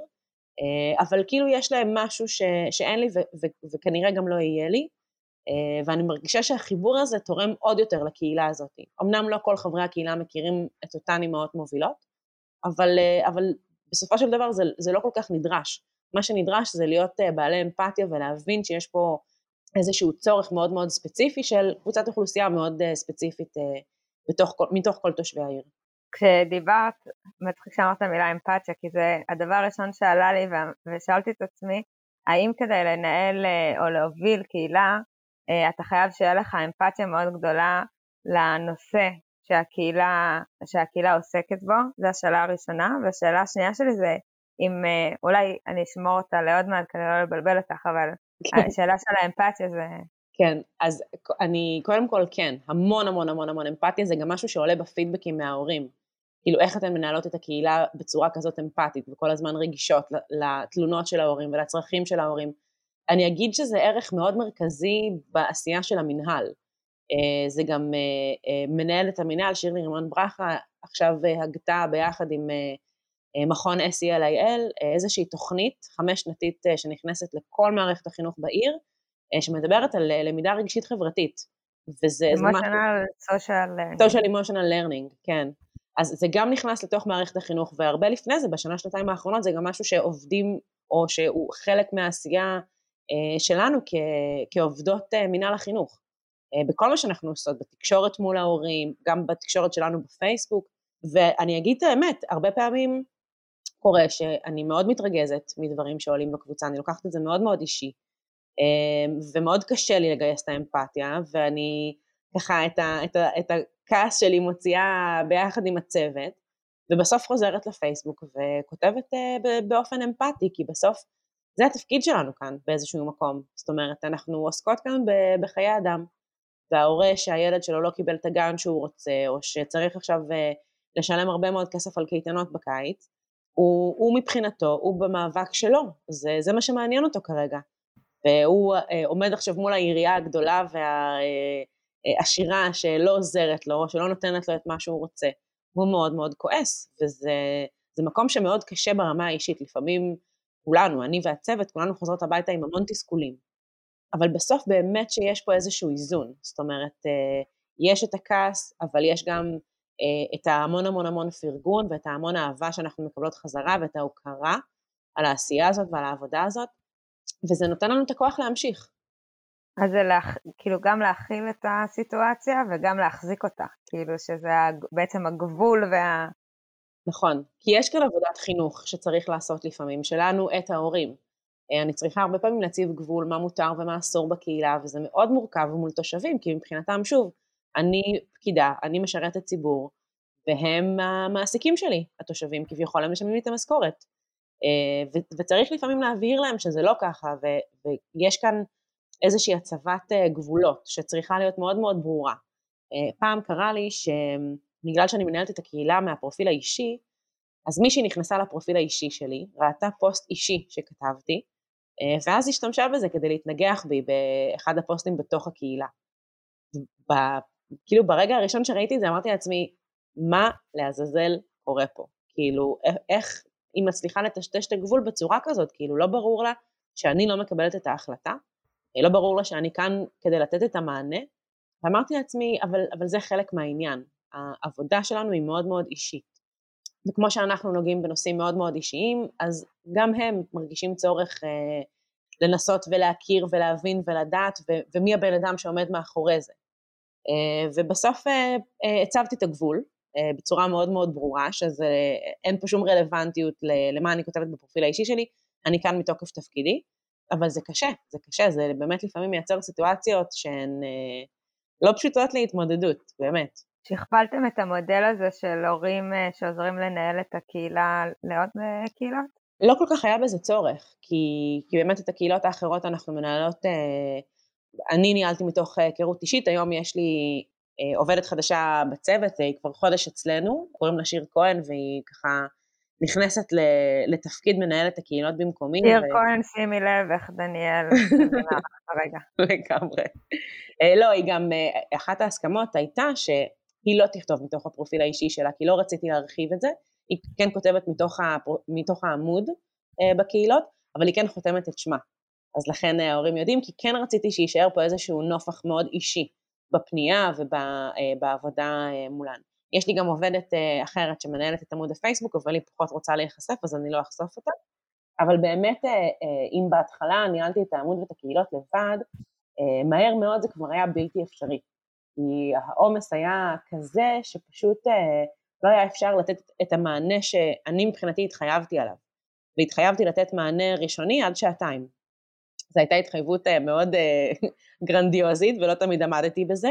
Speaker 3: אבל כאילו יש להם משהו ש, שאין לי ו, ו, וכנראה גם לא יהיה לי, ואני מרגישה שהחיבור הזה תורם עוד יותר לקהילה הזאת. אמנם לא כל חברי הקהילה מכירים את אותן אימהות מובילות, אבל, אבל בסופו של דבר זה, זה לא כל כך נדרש. מה שנדרש זה להיות בעלי אמפתיה ולהבין שיש פה איזשהו צורך מאוד מאוד ספציפי של קבוצת אוכלוסייה מאוד ספציפית בתוך, מתוך כל תושבי העיר.
Speaker 1: כשדיברת, מצחיק שאמרת המילה אמפתיה, כי זה הדבר הראשון שעלה לי ושאלתי את עצמי, האם כדי לנהל או להוביל קהילה, אתה חייב שיהיה לך אמפתיה מאוד גדולה לנושא שהקהילה, שהקהילה עוסקת בו, זו השאלה הראשונה, והשאלה השנייה שלי זה, אם אולי אני אשמור אותה לעוד מעט, כדי לא לבלבל אותך, אבל השאלה של האמפתיה זה...
Speaker 3: כן, אז אני קודם כל כן, המון המון המון המון אמפתיה, זה גם משהו שעולה בפידבקים מההורים, כאילו איך אתן מנהלות את הקהילה בצורה כזאת אמפתית, וכל הזמן רגישות לתלונות של ההורים ולצרכים של ההורים. אני אגיד שזה ערך מאוד מרכזי בעשייה של המנהל, זה גם מנהלת המנהל, שירלי רימון ברכה, עכשיו הגתה ביחד עם מכון אס אי אל איי אל, איזושהי תוכנית חמש שנתית שנכנסת לכל מערכת החינוך בעיר, שמדברת על למידה רגשית חברתית, וזה...
Speaker 1: emotional social learning.
Speaker 3: social emotional learning, כן. אז זה גם נכנס לתוך מערכת החינוך, והרבה לפני זה, בשנה שנתיים האחרונות, זה גם משהו שעובדים, או שהוא חלק מהעשייה שלנו כ- כעובדות מנהל החינוך. בכל מה שאנחנו עושות, בתקשורת מול ההורים, גם בתקשורת שלנו בפייסבוק, ואני אגיד את האמת, הרבה פעמים קורה שאני מאוד מתרגזת מדברים שעולים בקבוצה, אני לוקחת את זה מאוד מאוד אישי, ומאוד קשה לי לגייס את האמפתיה, ואני ככה את, ה, את, ה, את הכעס שלי מוציאה ביחד עם הצוות, ובסוף חוזרת לפייסבוק וכותבת באופן אמפתי, כי בסוף זה התפקיד שלנו כאן באיזשהו מקום, זאת אומרת אנחנו עוסקות כאן בחיי אדם, וההורה שהילד שלו לא קיבל את הגן שהוא רוצה, או שצריך עכשיו לשלם הרבה מאוד כסף על קייטנות בקיץ, הוא, הוא מבחינתו, הוא במאבק שלו, זה, זה מה שמעניין אותו כרגע, והוא עומד עכשיו מול העירייה הגדולה והעשירה שלא עוזרת לו, שלא נותנת לו את מה שהוא רוצה, הוא מאוד מאוד כועס, וזה זה מקום שמאוד קשה ברמה האישית, לפעמים כולנו, אני והצוות, כולנו חוזרות הביתה עם המון תסכולים, אבל בסוף באמת שיש פה איזשהו איזון, זאת אומרת, יש את הכעס, אבל יש גם את ההמון המון המון פרגון, ואת ההמון האהבה שאנחנו מקבלות חזרה, ואת ההוקרה על העשייה הזאת ועל העבודה הזאת, וזה נותן לנו את הכוח להמשיך.
Speaker 1: אז זה להכ... כאילו גם להכיל את הסיטואציה, וגם להחזיק אותה, כאילו שזה בעצם הגבול וה...
Speaker 3: נכון, כי יש כאן עבודת חינוך שצריך לעשות לפעמים, שלנו את ההורים. אני צריכה הרבה פעמים להציב גבול מה מותר ומה אסור בקהילה, וזה מאוד מורכב מול תושבים, כי מבחינתם שוב, אני פקידה, אני משרתת ציבור, והם המעסיקים שלי, התושבים, כביכול הם משלמים לי את המשכורת. וצריך לפעמים להבהיר להם שזה לא ככה, ויש כאן איזושהי הצבת גבולות, שצריכה להיות מאוד מאוד ברורה. פעם קרה לי שבגלל שאני מנהלת את הקהילה מהפרופיל האישי, אז מישהי נכנסה לפרופיל האישי שלי, ראתה פוסט אישי שכתבתי, ואז השתמשה בזה כדי להתנגח בי באחד הפוסטים בתוך הקהילה. ב, כאילו ברגע הראשון שראיתי את זה, אמרתי לעצמי, מה לעזאזל קורה פה? כאילו, איך היא מצליחה לטשטש את הגבול בצורה כזאת? כאילו, לא ברור לה שאני לא מקבלת את ההחלטה, לא ברור לה שאני כאן כדי לתת את המענה, ואמרתי לעצמי, אבל, אבל זה חלק מהעניין. העבודה שלנו היא מאוד מאוד אישית. וכמו שאנחנו נוגעים בנושאים מאוד מאוד אישיים, אז גם הם מרגישים צורך אה, לנסות ולהכיר ולהבין ולדעת, ו- ומי הבן אדם שעומד מאחורי זה. אה, ובסוף אה, אה, הצבתי את הגבול, אה, בצורה מאוד מאוד ברורה, שזה אין פה שום רלוונטיות למה אני כותבת בפרופיל האישי שלי, אני כאן מתוקף תפקידי, אבל זה קשה, זה קשה, זה באמת לפעמים מייצר סיטואציות שהן אה, לא פשוטות להתמודדות, באמת.
Speaker 1: שכפלתם את המודל הזה של הורים שעוזרים לנהל את הקהילה לעוד קהילות?
Speaker 3: לא כל כך היה בזה צורך, כי, כי באמת את הקהילות האחרות אנחנו מנהלות, אני ניהלתי מתוך היכרות אישית, היום יש לי עובדת חדשה בצוות, היא כבר חודש אצלנו, קוראים לה שיר כהן, והיא ככה נכנסת לתפקיד מנהלת הקהילות במקומי.
Speaker 1: שיר ו... כהן, שימי לב, איך דניאל, רגע.
Speaker 3: לגמרי. לא, היא גם, אחת ההסכמות הייתה שהיא לא תכתוב מתוך הפרופיל האישי שלה, כי לא רציתי להרחיב את זה, היא כן כותבת מתוך, הפר... מתוך העמוד בקהילות, אבל היא כן חותמת את שמה. אז לכן ההורים יודעים, כי כן רציתי שישאר פה איזשהו נופח מאוד אישי, בפנייה ובעבודה מולן. יש לי גם עובדת אחרת שמנהלת את עמוד הפייסבוק, אבל היא פחות רוצה להיחשף, אז אני לא אחשוף אותה. אבל באמת, אם בהתחלה ניהלתי את העמוד ואת הקהילות לבד, מהר מאוד זה כבר היה בלתי אפשרי. כי העומס היה כזה שפשוט לא היה אפשר לתת את המענה שאני מבחינתי התחייבתי עליו. והתחייבתי לתת מענה ראשוני עד שעתיים. זו הייתה התחייבות מאוד גרנדיוזית, ולא תמיד עמדתי בזה,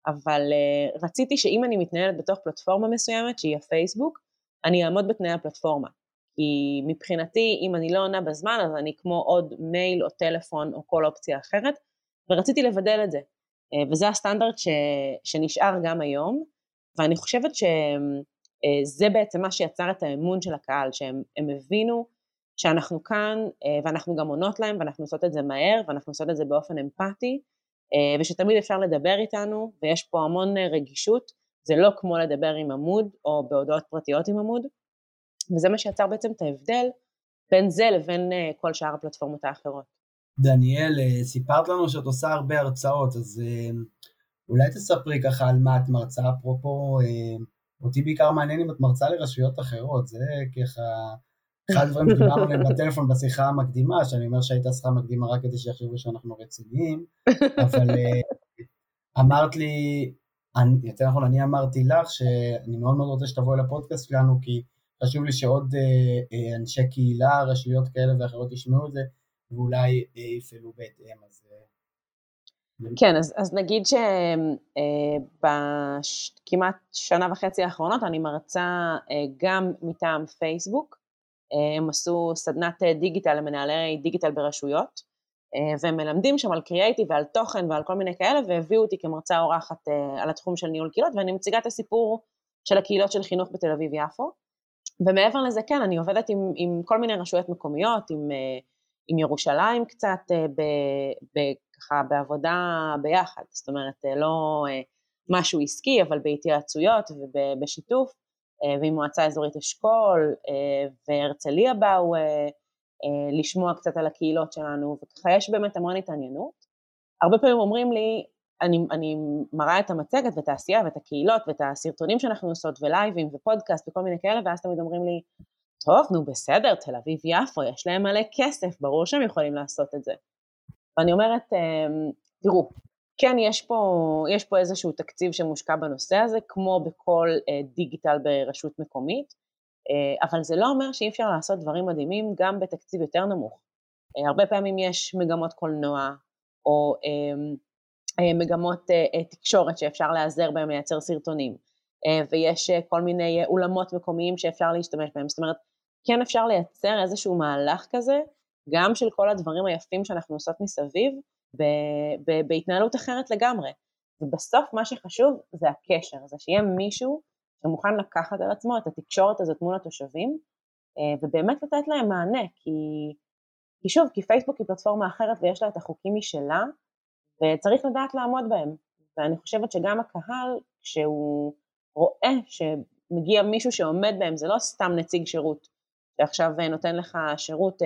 Speaker 3: אבל uh, רציתי שאם אני מתנהלת בתוך פלטפורמה מסוימת, שהיא הפייסבוק, אני אעמוד בתנאי הפלטפורמה. כי מבחינתי, אם אני לא עונה בזמן, אז אני כמו עוד מייל או טלפון או כל אופציה אחרת, ורציתי לבדל את זה. Uh, וזה הסטנדרט ש, שנשאר גם היום, ואני חושבת שזה בעצם מה שיצר את האמון של הקהל, שהם הם הבינו שאנחנו כאן, ואנחנו גם עונות להם, ואנחנו עושות את זה מהר, ואנחנו עושות את זה באופן אמפתי, ושתמיד אפשר לדבר איתנו, ויש פה המון רגישות, זה לא כמו לדבר עם עמוד, או בהודעות פרטיות עם עמוד, וזה מה שיצר בעצם את ההבדל, בין זה לבין כל שאר הפלטפורמות האחרות.
Speaker 2: דניאל, סיפרת לנו שאת עושה הרבה הרצאות, אז אולי תספרי ככה על מה את מרצה, אפרופו, אותי בעיקר מעניין אם את מרצה לרשויות אחרות, זה ככה, אחד הדברים שדיברנו עליהם בטלפון בשיחה המקדימה, שאני אומר שהייתה שיחה מקדימה רק כדי שיחשבו שאנחנו רציניים, אבל אמרת לי, אני, יותר נכון, אני אמרתי לך שאני מאוד מאוד רוצה שתבואי לפודקאסט שלנו, כי חשוב לי שעוד אנשי קהילה, רשויות כאלה ואחרות ישמעו את זה, ואולי יפעלו בהתאם. אז
Speaker 3: כן, אז, אז נגיד שבכמעט שנה וחצי האחרונות אני מרצה גם מטעם פייסבוק, הם עשו סדנת דיגיטל למנהלי דיגיטל ברשויות, והם מלמדים שם על קריאייטיב ועל תוכן ועל כל מיני כאלה, והביאו אותי כמרצה אורחת על התחום של ניהול קהילות, ואני מציגה את הסיפור של הקהילות של חינוך בתל אביב יפו, ומעבר לזה כן, אני עובדת עם, עם כל מיני רשויות מקומיות, עם, עם ירושלים קצת, ב, ב, ככה בעבודה ביחד, זאת אומרת לא משהו עסקי, אבל בהתייעצויות ובשיתוף, ועם מועצה אזורית אשכול, והרצליה באו לשמוע קצת על הקהילות שלנו, וככה יש באמת המון התעניינות. הרבה פעמים אומרים לי, אני, אני מראה את המצגת ואת העשייה ואת הקהילות ואת הסרטונים שאנחנו עושות ולייבים ופודקאסט וכל מיני כאלה, ואז תמיד אומרים לי, טוב, נו בסדר, תל אביב יפו, יש להם מלא כסף, ברור שהם יכולים לעשות את זה. ואני אומרת, תראו, כן, יש פה, יש פה איזשהו תקציב שמושקע בנושא הזה, כמו בכל דיגיטל ברשות מקומית, אבל זה לא אומר שאי אפשר לעשות דברים מדהימים גם בתקציב יותר נמוך. הרבה פעמים יש מגמות קולנוע, או מגמות תקשורת שאפשר להיעזר בהם לייצר סרטונים, ויש כל מיני אולמות מקומיים שאפשר להשתמש בהם, זאת אומרת, כן אפשר לייצר איזשהו מהלך כזה, גם של כל הדברים היפים שאנחנו עושות מסביב, בהתנהלות אחרת לגמרי. ובסוף מה שחשוב זה הקשר, זה שיהיה מישהו שמוכן לקחת על עצמו את התקשורת הזאת מול התושבים, ובאמת לתת להם מענה, כי, כי שוב, כי פייסבוק היא פלטפורמה אחרת ויש לה את החוקים משלה, וצריך לדעת לעמוד בהם. ואני חושבת שגם הקהל, כשהוא רואה שמגיע מישהו שעומד בהם, זה לא סתם נציג שירות, שעכשיו נותן לך שירות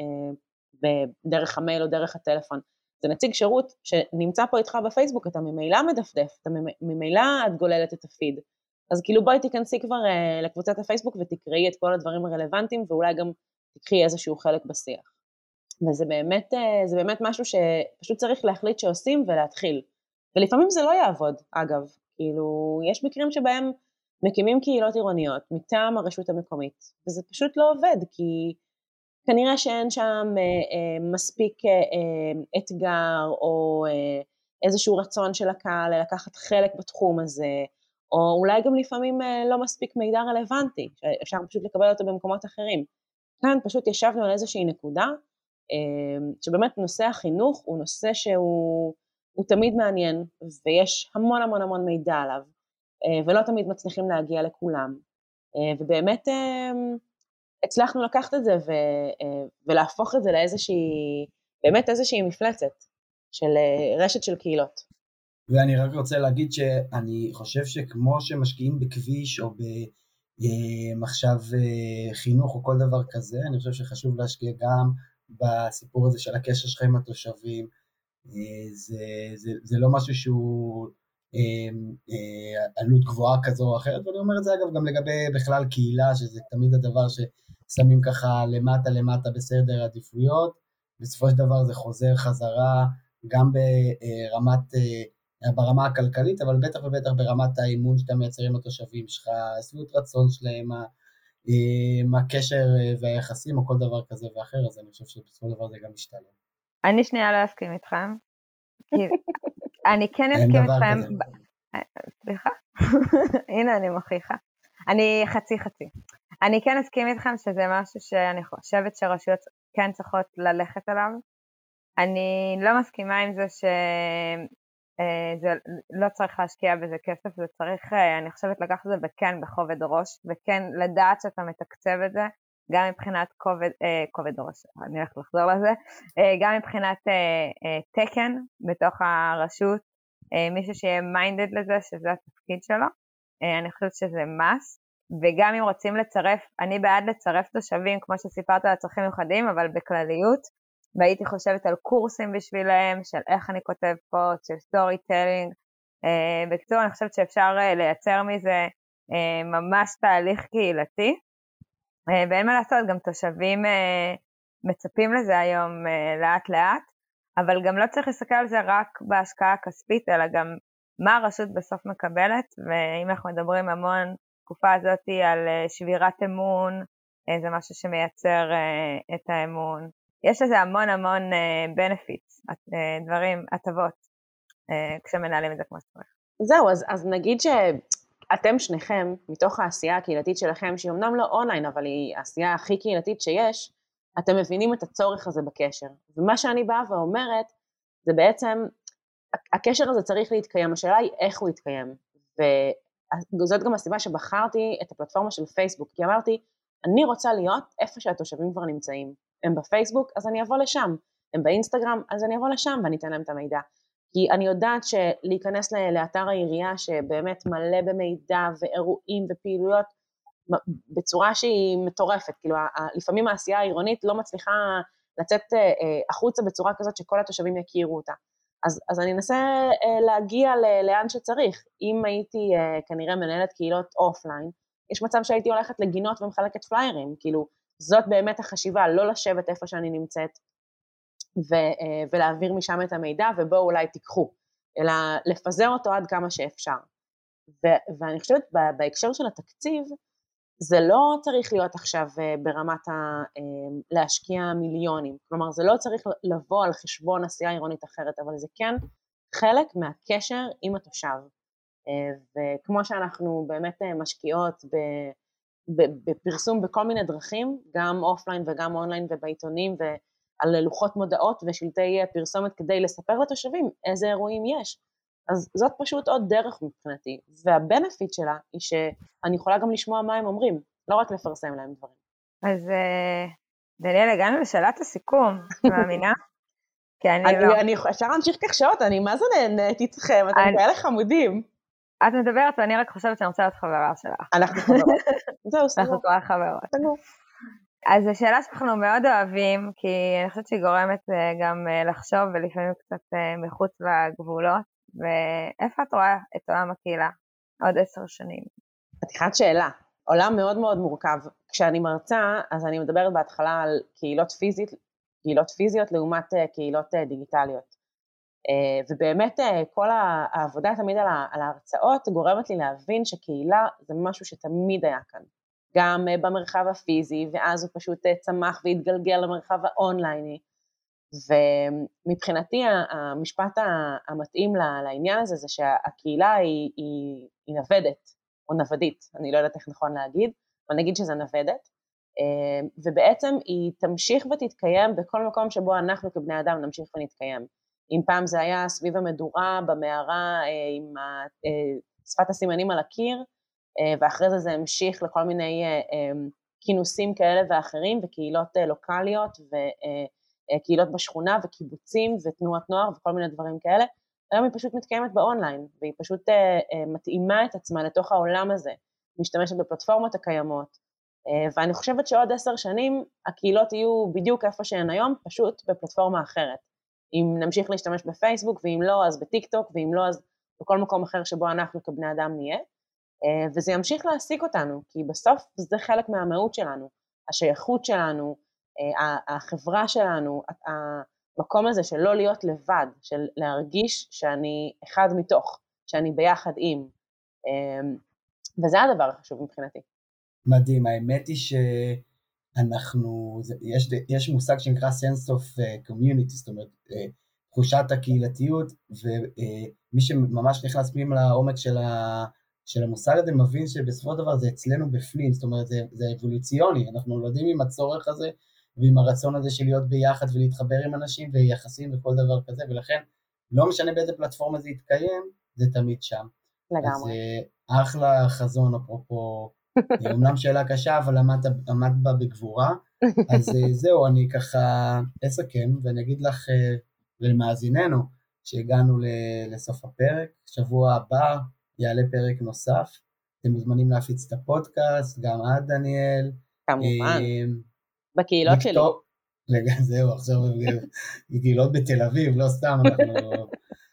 Speaker 3: בדרך המייל או דרך הטלפון, זה נציג שירות שנמצא פה איתך בפייסבוק, אתה ממילא מדפדף, אתה ממילא את גוללת את הפיד, אז כאילו בואי תיכנסי כבר uh, לקבוצת הפייסבוק ותקראי את כל הדברים הרלוונטיים, ואולי גם תקחי איזשהו חלק בשיח. וזה באמת, uh, זה באמת משהו שפשוט צריך להחליט שעושים ולהתחיל. ולפעמים זה לא יעבוד, אגב, כאילו יש מקרים שבהם מקימים קהילות עירוניות מטעם הרשות המקומית, וזה פשוט לא עובד, כי כנראה שאין שם אה, אה, מספיק אה, אה, אתגר, או אה, איזשהו רצון של הקהל לקחת חלק בתחום הזה, או אולי גם לפעמים אה, לא מספיק מידע רלוונטי, אפשר פשוט לקבל אותו במקומות אחרים. כאן פשוט ישבנו על איזושהי נקודה, אה, שבאמת נושא החינוך הוא נושא שהוא הוא תמיד מעניין, ויש המון המון המון מידע עליו, אה, ולא תמיד מצליחים להגיע לכולם. אה, ובאמת אה, הצלחנו לקחת את זה ו, אה, ולהפוך את זה לאיזושהי, באמת איזושהי מפלצת של אה, רשת של קהילות.
Speaker 2: ואני רק רוצה להגיד שאני חושב שכמו שמשקיעים בכביש או במחשב חינוך או כל דבר כזה, אני חושב שחשוב להשקיע גם בסיפור הזה של הקשר שלך עם התושבים. זה, זה, זה לא משהו שהוא עלות גבוהה כזו או אחרת, ואני אומר את זה אגב גם לגבי בכלל קהילה, שזה תמיד הדבר ששמים ככה למטה למטה בסדר העדיפויות, בסופו של דבר זה חוזר חזרה גם ברמת, ברמה הכלכלית, אבל בטח ובטח ברמת האימון שאתה מייצר עם התושבים שלך, סביבות רצון שלהם, הקשר והיחסים או כל דבר כזה ואחר, אז אני חושב שבסופו של דבר זה גם משתלם.
Speaker 1: אני שנייה לא אסכים איתכם, כי אני כן אסכים איתכם סליחה, הנה אני מוכיחה. אני חצי חצי. אני כן אסכים איתכם שזה משהו שאני חושבת שרשויות כן צריכות ללכת עליו. אני לא מסכימה עם זה שזה לא צריך להשקיע בזה כסף, זה צריך, אני חושבת, לקחת את זה וכן בכובד ראש, וכן לדעת שאתה מתקצב את זה, גם מבחינת כובד, אה, כובד ראש, אני הולכת לחזור לזה, אה, גם מבחינת אה, אה, תקן בתוך הרשות, אה, מישהו שיהיה מיינדד לזה, שזה התפקיד שלו, אה, אני חושבת שזה מס, וגם אם רוצים לצרף, אני בעד לצרף תושבים, כמו שסיפרת על הצרכים מיוחדים, אבל בכלליות, והייתי חושבת על קורסים בשבילהם, של איך אני כותב פוסט, של סטורי טלינג, אה, בקיצור אני חושבת שאפשר אה, לייצר מזה אה, ממש תהליך קהילתי, אה, ואין מה לעשות, גם תושבים אה, מצפים לזה היום אה, לאט לאט, אבל גם לא צריך להסתכל על זה רק בהשקעה הכספית, אלא גם מה הרשות בסוף מקבלת, ואם אנחנו מדברים המון תקופה הזאת על אה, שבירת אמון, אה, זה משהו שמייצר אה, את האמון, יש לזה המון המון benefits, דברים, הטבות, כשמנהלים את זה כמו שצריך.
Speaker 3: זהו, אז, אז נגיד שאתם שניכם, מתוך העשייה הקהילתית שלכם, שהיא אמנם לא אונליין, אבל היא העשייה הכי קהילתית שיש, אתם מבינים את הצורך הזה בקשר. ומה שאני באה ואומרת, זה בעצם, הקשר הזה צריך להתקיים, השאלה היא איך הוא יתקיים. וזאת גם הסיבה שבחרתי את הפלטפורמה של פייסבוק, כי אמרתי, אני רוצה להיות איפה שהתושבים כבר נמצאים. הם בפייסבוק, אז אני אבוא לשם. הם באינסטגרם, אז אני אבוא לשם ואני אתן להם את המידע. כי אני יודעת שלהיכנס לאתר העירייה, שבאמת מלא במידע ואירועים ופעילויות, בצורה שהיא מטורפת. כאילו, לפעמים העשייה העירונית לא מצליחה לצאת החוצה בצורה כזאת שכל התושבים יכירו אותה. אז, אז אני אנסה להגיע לאן שצריך. אם הייתי כנראה מנהלת קהילות אופליין, יש מצב שהייתי הולכת לגינות ומחלקת פליירים, כאילו, זאת באמת החשיבה, לא לשבת איפה שאני נמצאת, ו- ולהעביר משם את המידע, ובואו אולי תיקחו, אלא לפזר אותו עד כמה שאפשר. ו- ואני חושבת, בהקשר של התקציב, זה לא צריך להיות עכשיו ברמת ה- להשקיע מיליונים, כלומר, זה לא צריך לבוא על חשבון עשייה עירונית אחרת, אבל זה כן חלק מהקשר עם התושב. וכמו שאנחנו באמת משקיעות בפרסום בכל מיני דרכים, גם אופליין וגם אונליין ובעיתונים, ועל לוחות מודעות ושלטי פרסומת כדי לספר לתושבים איזה אירועים יש. אז זאת פשוט עוד דרך מבחינתי, והבנפיט שלה היא שאני יכולה גם לשמוע מה הם אומרים, לא רק לפרסם להם דברים.
Speaker 1: אז דניאל, הגענו לשאלת הסיכום, מאמינה?
Speaker 3: אני אפשר להמשיך כך שעות, אני מה זה נהניתי איתכם, אתם כאלה חמודים.
Speaker 1: את מדברת ואני רק חושבת שאני רוצה להיות חברה שלך.
Speaker 3: אנחנו חברות. זהו, סגור.
Speaker 1: אנחנו כבר חברות.
Speaker 3: סגור.
Speaker 1: אז השאלה שאנחנו מאוד אוהבים, כי אני חושבת שהיא גורמת גם לחשוב ולפעמים קצת מחוץ לגבולות, ואיפה את רואה את עולם הקהילה עוד עשר שנים? פתיחת
Speaker 3: שאלה. עולם מאוד מאוד מורכב. כשאני מרצה, אז אני מדברת בהתחלה על קהילות פיזיות, קהילות פיזיות לעומת קהילות דיגיטליות. ובאמת כל העבודה תמיד על ההרצאות גורמת לי להבין שקהילה זה משהו שתמיד היה כאן, גם במרחב הפיזי, ואז הוא פשוט צמח והתגלגל למרחב האונלייני, ומבחינתי המשפט המתאים לעניין הזה זה שהקהילה היא, היא, היא נוודת, או נוודית, אני לא יודעת איך נכון להגיד, אבל נגיד שזה נוודת, ובעצם היא תמשיך ותתקיים בכל מקום שבו אנחנו כבני אדם נמשיך ונתקיים. אם פעם זה היה סביב המדורה, במערה, עם שפת הסימנים על הקיר, ואחרי זה זה המשיך לכל מיני כינוסים כאלה ואחרים, וקהילות לוקליות, וקהילות בשכונה, וקיבוצים, ותנועת נוער, וכל מיני דברים כאלה. היום היא פשוט מתקיימת באונליין, והיא פשוט מתאימה את עצמה לתוך העולם הזה, משתמשת בפלטפורמות הקיימות, ואני חושבת שעוד עשר שנים, הקהילות יהיו בדיוק איפה שהן היום, פשוט בפלטפורמה אחרת. אם נמשיך להשתמש בפייסבוק, ואם לא, אז בטיק-טוק, ואם לא, אז בכל מקום אחר שבו אנחנו כבני אדם נהיה, וזה ימשיך להעסיק אותנו, כי בסוף זה חלק מהמהות שלנו, השייכות שלנו, החברה שלנו, המקום הזה של לא להיות לבד, של להרגיש שאני אחד מתוך, שאני ביחד עם, וזה הדבר החשוב מבחינתי.
Speaker 2: מדהים, האמת היא ש... אנחנו, יש, יש מושג שנקרא sense of community, זאת אומרת, תחושת הקהילתיות, ומי שממש נכנס פנים לעומק של, ה, של המושג הזה, מבין שבסופו של דבר זה אצלנו בפנים, זאת אומרת, זה, זה אבולוציוני, אנחנו נולדים עם הצורך הזה, ועם הרצון הזה של להיות ביחד ולהתחבר עם אנשים ויחסים וכל דבר כזה, ולכן לא משנה באיזה פלטפורמה זה יתקיים, זה תמיד שם.
Speaker 3: לגמרי.
Speaker 2: אז אחלה חזון, אפרופו, אומנם שאלה קשה, אבל עמד, עמד בה בגבורה, אז זהו, אני ככה אסכם, ואני אגיד לך למאזיננו, שהגענו לסוף הפרק, שבוע הבא יעלה פרק נוסף, אתם מוזמנים להפיץ את הפודקאסט, גם את דניאל.
Speaker 3: כמובן, בקהילות שלי.
Speaker 2: זהו, עכשיו בקהילות בתל אביב, לא סתם, אנחנו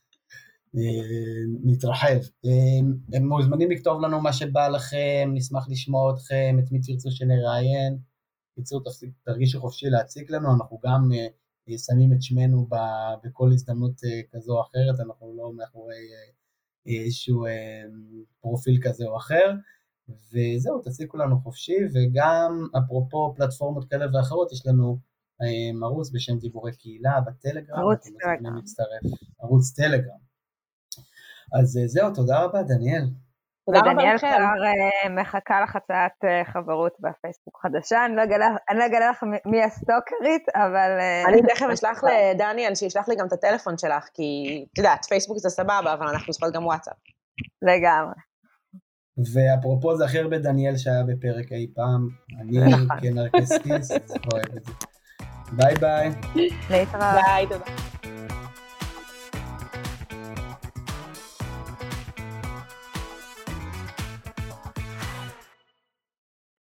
Speaker 2: נתרחב. הם מוזמנים לכתוב לנו מה שבא לכם, נשמח לשמוע אתכם, את מי תרצו שנראיין, תרצו, תרגישו חופשי להציג לנו, אנחנו גם שמים את שמנו בכל הזדמנות כזו או אחרת, אנחנו לא מאחורי איזשהו פרופיל כזה או אחר, וזהו, תציקו לנו חופשי, וגם אפרופו פלטפורמות כאלה ואחרות, יש לנו ערוץ בשם דיבורי קהילה בטלגרם,
Speaker 1: ערוץ טלגרם.
Speaker 2: ערוץ טלגרם. אז זהו, תודה רבה דניאל.
Speaker 1: ודניאל כבר מחכה לך הצעת חברות בפייסבוק חדשה, אני לא אגלה לך מי הסטוקרית, אבל...
Speaker 3: אני תכף אשלח לדניאל שישלח לי גם את הטלפון שלך, כי את יודעת, פייסבוק זה סבבה, אבל אנחנו צריכות גם וואטסאפ.
Speaker 1: לגמרי.
Speaker 2: ואפרופו זה הכי הרבה דניאל שהיה בפרק אי פעם, אני כנרקסטיסט, אוהב את זה. ביי ביי.
Speaker 1: להתראות.
Speaker 3: ביי, תודה.